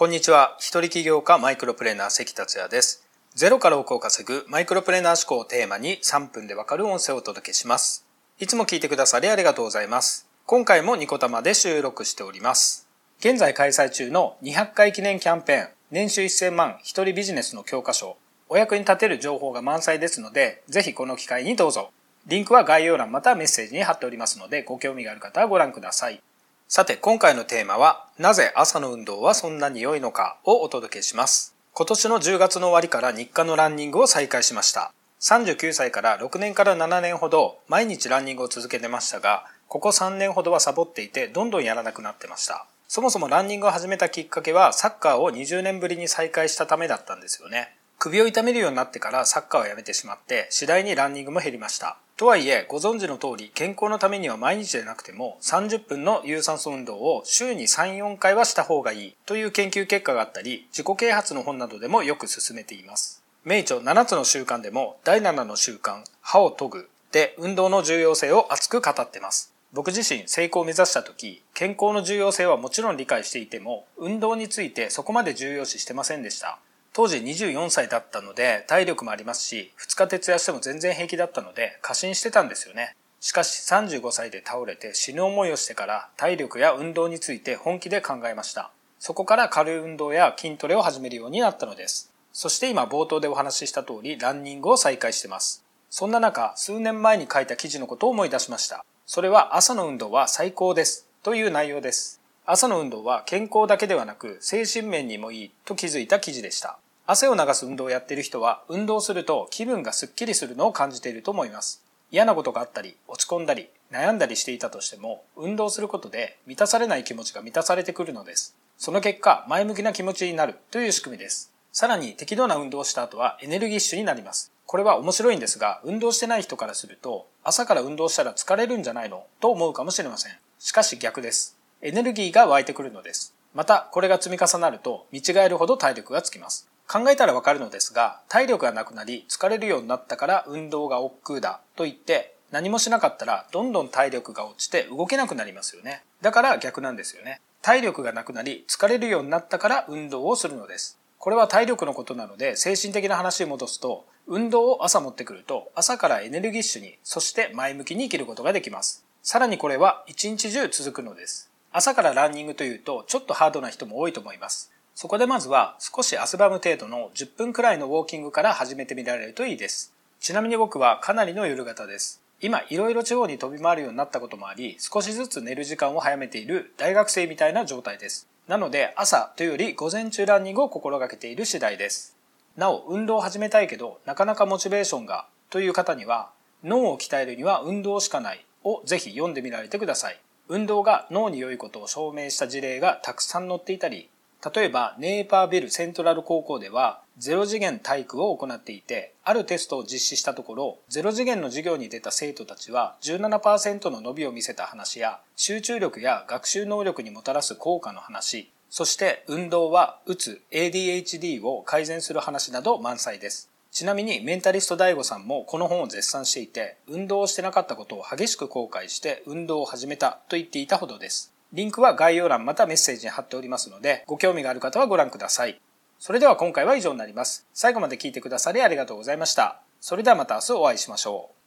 こんにちは。一人起業家マイクロプレーナー関達也です。ゼロから億を稼ぐマイクロプレーナー思考をテーマに3分でわかる音声をお届けします。いつも聞いてくださりありがとうございます。今回もニコタマで収録しております。現在開催中の200回記念キャンペーン、年収1000万一人ビジネスの教科書、お役に立てる情報が満載ですので、ぜひこの機会にどうぞ。リンクは概要欄またはメッセージに貼っておりますので、ご興味がある方はご覧ください。さて今回のテーマは、なぜ朝の運動はそんなに良いのかをお届けします。今年の10月の終わりから日課のランニングを再開しました。39歳から6年から7年ほど毎日ランニングを続けてましたが、ここ3年ほどはサボっていてどんどんやらなくなってました。そもそもランニングを始めたきっかけはサッカーを20年ぶりに再開したためだったんですよね。首を痛めるようになってからサッカーをやめてしまって次第にランニングも減りました。とはいえご存知の通り健康のためには毎日でなくても30分の有酸素運動を週に 3,4 回はした方がいいという研究結果があったり自己啓発の本などでもよく勧めています。名著7つの習慣でも第7の習慣歯を研ぐで運動の重要性を熱く語ってます。僕自身成功を目指した時健康の重要性はもちろん理解していても運動についてそこまで重要視してませんでした。当時24歳だったので体力もありますし2日徹夜しても全然平気だったので過信してたんですよね。しかし35歳で倒れて死ぬ思いをしてから体力や運動について本気で考えました。そこから軽い運動や筋トレを始めるようになったのです。そして今冒頭でお話しした通りランニングを再開してます。そんな中数年前に書いた記事のことを思い出しました。それは朝の運動は最高ですという内容です。朝の運動は健康だけではなく精神面にもいいと気づいた記事でした。汗を流す運動をやっている人は運動すると気分がスッキリするのを感じていると思います。嫌なことがあったり落ち込んだり悩んだりしていたとしても運動することで満たされない気持ちが満たされてくるのです。その結果前向きな気持ちになるという仕組みです。さらに適度な運動をした後はエネルギッシュになります。これは面白いんですが運動してない人からすると朝から運動したら疲れるんじゃないのと思うかもしれません。しかし逆です。エネルギーが湧いてくるのです。またこれが積み重なると見違えるほど体力がつきます。考えたらわかるのですが体力がなくなり疲れるようになったから運動が億劫だと言って何もしなかったらどんどん体力が落ちて動けなくなりますよね。だから逆なんですよね。体力がなくなり疲れるようになったから運動をするのです。これは体力のことなので精神的な話に戻すと運動を朝持ってくると朝からエネルギッシュにそして前向きに生きることができます。さらにこれは一日中続くのです。朝からランニングというとちょっとハードな人も多いと思います。そこでまずは少し汗ばむ程度の10分くらいのウォーキングから始めてみられるといいです。ちなみに僕はかなりの夜型です。今いろいろ地方に飛び回るようになったこともあり少しずつ寝る時間を早めている大学生みたいな状態です。なので朝というより午前中ランニングを心がけている次第です。なお運動を始めたいけどなかなかモチベーションがという方には脳を鍛えるには運動しかないをぜひ読んでみられてください。運動が脳に良いことを証明した事例がたくさん載っていたり例えばネーパーベルセントラル高校では0次元体育を行っていてあるテストを実施したところ0次元の授業に出た生徒たちは 17% の伸びを見せた話や集中力や学習能力にもたらす効果の話そして運動はうつ ADHD を改善する話など満載です。ちなみにメンタリスト DAIGO さんもこの本を絶賛していて運動をしてなかったことを激しく後悔して運動を始めたと言っていたほどです。リンクは概要欄またメッセージに貼っておりますのでご興味がある方はご覧ください。それでは今回は以上になります。最後まで聞いてくださりありがとうございました。それではまた明日お会いしましょう。